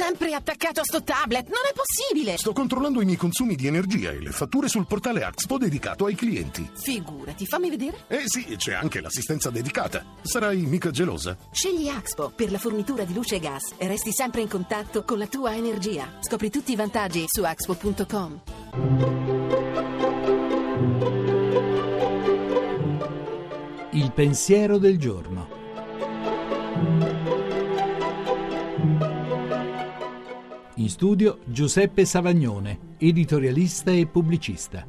sempre attaccato a sto tablet, non è possibile! Sto controllando i miei consumi di energia e le fatture sul portale Axpo dedicato ai clienti. Figurati, fammi vedere. Sì, c'è anche l'assistenza dedicata. Sarai mica gelosa? Scegli Axpo per la fornitura di luce e gas e resti sempre in contatto con la tua energia. Scopri tutti i vantaggi su axpo.com. Il pensiero del giorno. In studio Giuseppe Savagnone, editorialista e pubblicista.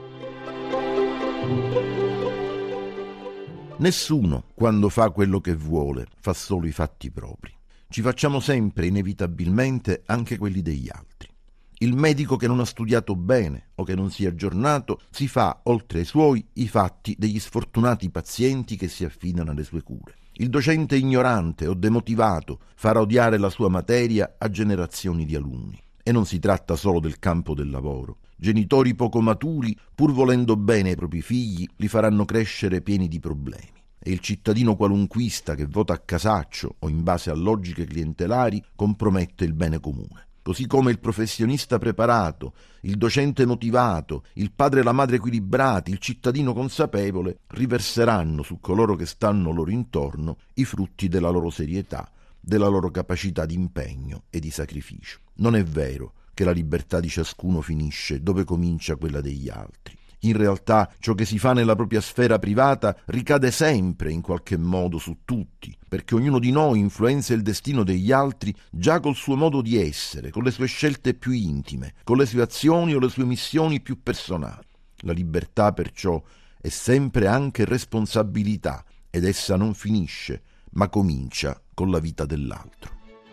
Nessuno, quando fa quello che vuole, fa solo i fatti propri. Ci facciamo sempre, inevitabilmente, anche quelli degli altri. Il medico che non ha studiato bene o che non si è aggiornato si fa, oltre ai suoi, i fatti degli sfortunati pazienti che si affidano alle sue cure. Il docente ignorante o demotivato farà odiare la sua materia a generazioni di alunni. E non si tratta solo del campo del lavoro. Genitori poco maturi, pur volendo bene ai propri figli, li faranno crescere pieni di problemi. E il cittadino qualunquista che vota a casaccio o in base a logiche clientelari compromette il bene comune. Così come il professionista preparato, il docente motivato, il padre e la madre equilibrati, il cittadino consapevole riverseranno su coloro che stanno loro intorno i frutti della loro serietà, della loro capacità di impegno e di sacrificio. Non è vero che la libertà di ciascuno finisce dove comincia quella degli altri. In realtà ciò che si fa nella propria sfera privata ricade sempre in qualche modo su tutti, perché ognuno di noi influenza il destino degli altri già col suo modo di essere, con le sue scelte più intime, con le sue azioni o le sue missioni più personali. La libertà perciò è sempre anche responsabilità ed essa non finisce, ma comincia con la vita dell'altro.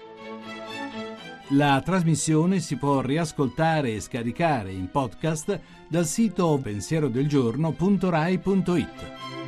La trasmissione si può riascoltare e scaricare in podcast dal sito pensierodelgiorno.rai.it.